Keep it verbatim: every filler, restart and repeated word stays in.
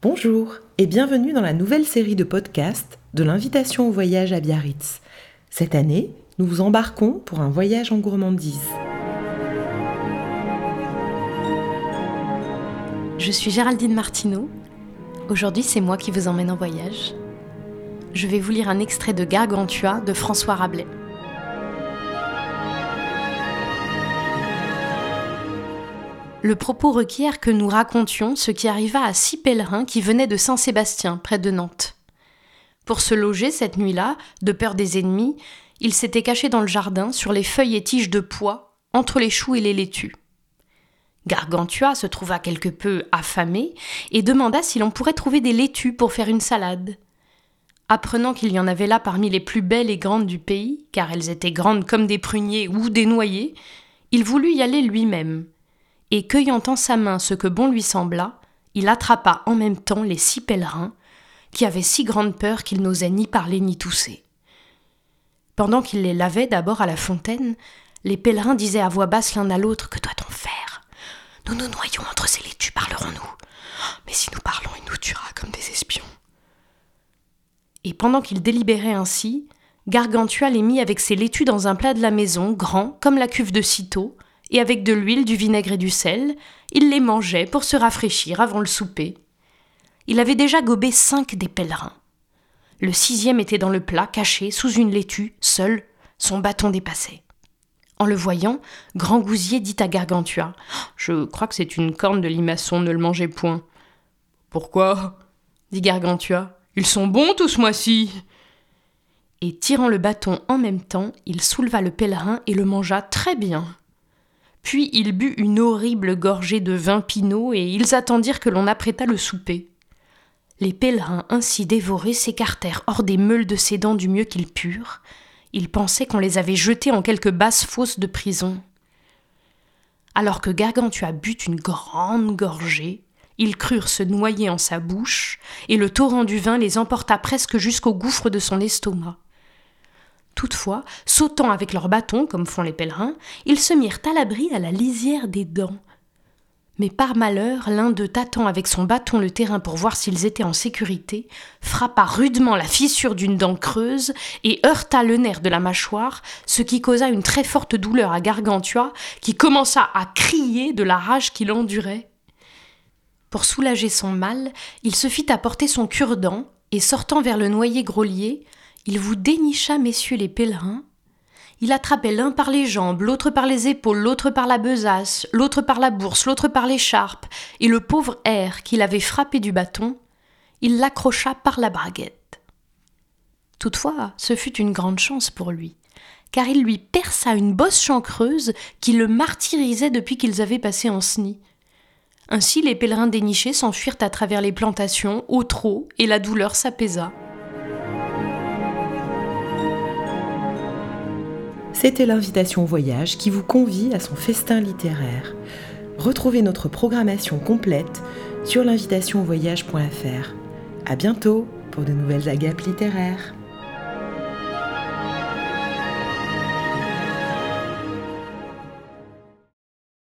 Bonjour et bienvenue dans la nouvelle série de podcasts de l'invitation au voyage à Biarritz. Cette année, nous vous embarquons pour un voyage en gourmandise. Je suis Géraldine Martineau. Aujourd'hui, c'est moi qui vous emmène en voyage. Je vais vous lire un extrait de Gargantua de François Rabelais. Le propos requiert que nous racontions ce qui arriva à six pèlerins qui venaient de Saint-Sébastien, près de Nantes. Pour se loger cette nuit-là, de peur des ennemis, ils s'étaient cachés dans le jardin sur les feuilles et tiges de pois, entre les choux et les laitues. Gargantua se trouva quelque peu affamé et demanda si l'on pourrait trouver des laitues pour faire une salade. Apprenant qu'il y en avait là parmi les plus belles et grandes du pays, car elles étaient grandes comme des pruniers ou des noyers, il voulut y aller lui-même. Et cueillant en sa main ce que bon lui sembla, il attrapa en même temps les six pèlerins, qui avaient si grande peur qu'ils n'osaient ni parler ni tousser. Pendant qu'il les lavait d'abord à la fontaine, les pèlerins disaient à voix basse l'un à l'autre « Que doit-on faire ? Nous nous noyons entre ces laitues, parlerons-nous ? Mais si nous parlons, il nous tuera comme des espions. » Et pendant qu'ils délibéraient ainsi, Gargantua les mit avec ses laitues dans un plat de la maison, grand comme la cuve de Cîteaux, et avec de l'huile, du vinaigre et du sel, il les mangeait pour se rafraîchir avant le souper. Il avait déjà gobé cinq des pèlerins. Le sixième était dans le plat, caché, sous une laitue, seul, son bâton dépassait. En le voyant, Grand Gousier dit à Gargantua « Je crois que c'est une corne de limaçon, ne le mangez point. »« Pourquoi ?» dit Gargantua. « Ils sont bons tout ce mois-ci !» Et tirant le bâton en même temps, il souleva le pèlerin et le mangea très bien. Puis il but une horrible gorgée de vin pinot et ils attendirent que l'on apprêtât le souper. Les pèlerins ainsi dévorés s'écartèrent hors des meules de ses dents du mieux qu'ils purent. Ils pensaient qu'on les avait jetés en quelque basse fosse de prison. Alors que Gargantua but une grande gorgée, ils crurent se noyer en sa bouche et le torrent du vin les emporta presque jusqu'au gouffre de son estomac. Toutefois, sautant avec leurs bâtons, comme font les pèlerins, ils se mirent à l'abri à la lisière des dents. Mais par malheur, l'un d'eux tâtant avec son bâton le terrain pour voir s'ils étaient en sécurité, frappa rudement la fissure d'une dent creuse et heurta le nerf de la mâchoire, ce qui causa une très forte douleur à Gargantua, qui commença à crier de la rage qu'il endurait. Pour soulager son mal, il se fit apporter son cure-dent et, sortant vers le noyer grolier, il vous dénicha, messieurs les pèlerins. Il attrapait l'un par les jambes, l'autre par les épaules, l'autre par la besace, l'autre par la bourse, l'autre par l'écharpe, et le pauvre air qu'il avait frappé du bâton, il l'accrocha par la braguette. Toutefois, ce fut une grande chance pour lui, car il lui perça une bosse chancreuse qui le martyrisait depuis qu'ils avaient passé en Cenie. Ainsi, les pèlerins dénichés s'enfuirent à travers les plantations, au trot, et la douleur s'apaisa. C'était l'invitation au voyage qui vous convie à son festin littéraire. Retrouvez notre programmation complète sur l'invitation au voyage point f r. À bientôt pour de nouvelles agapes littéraires.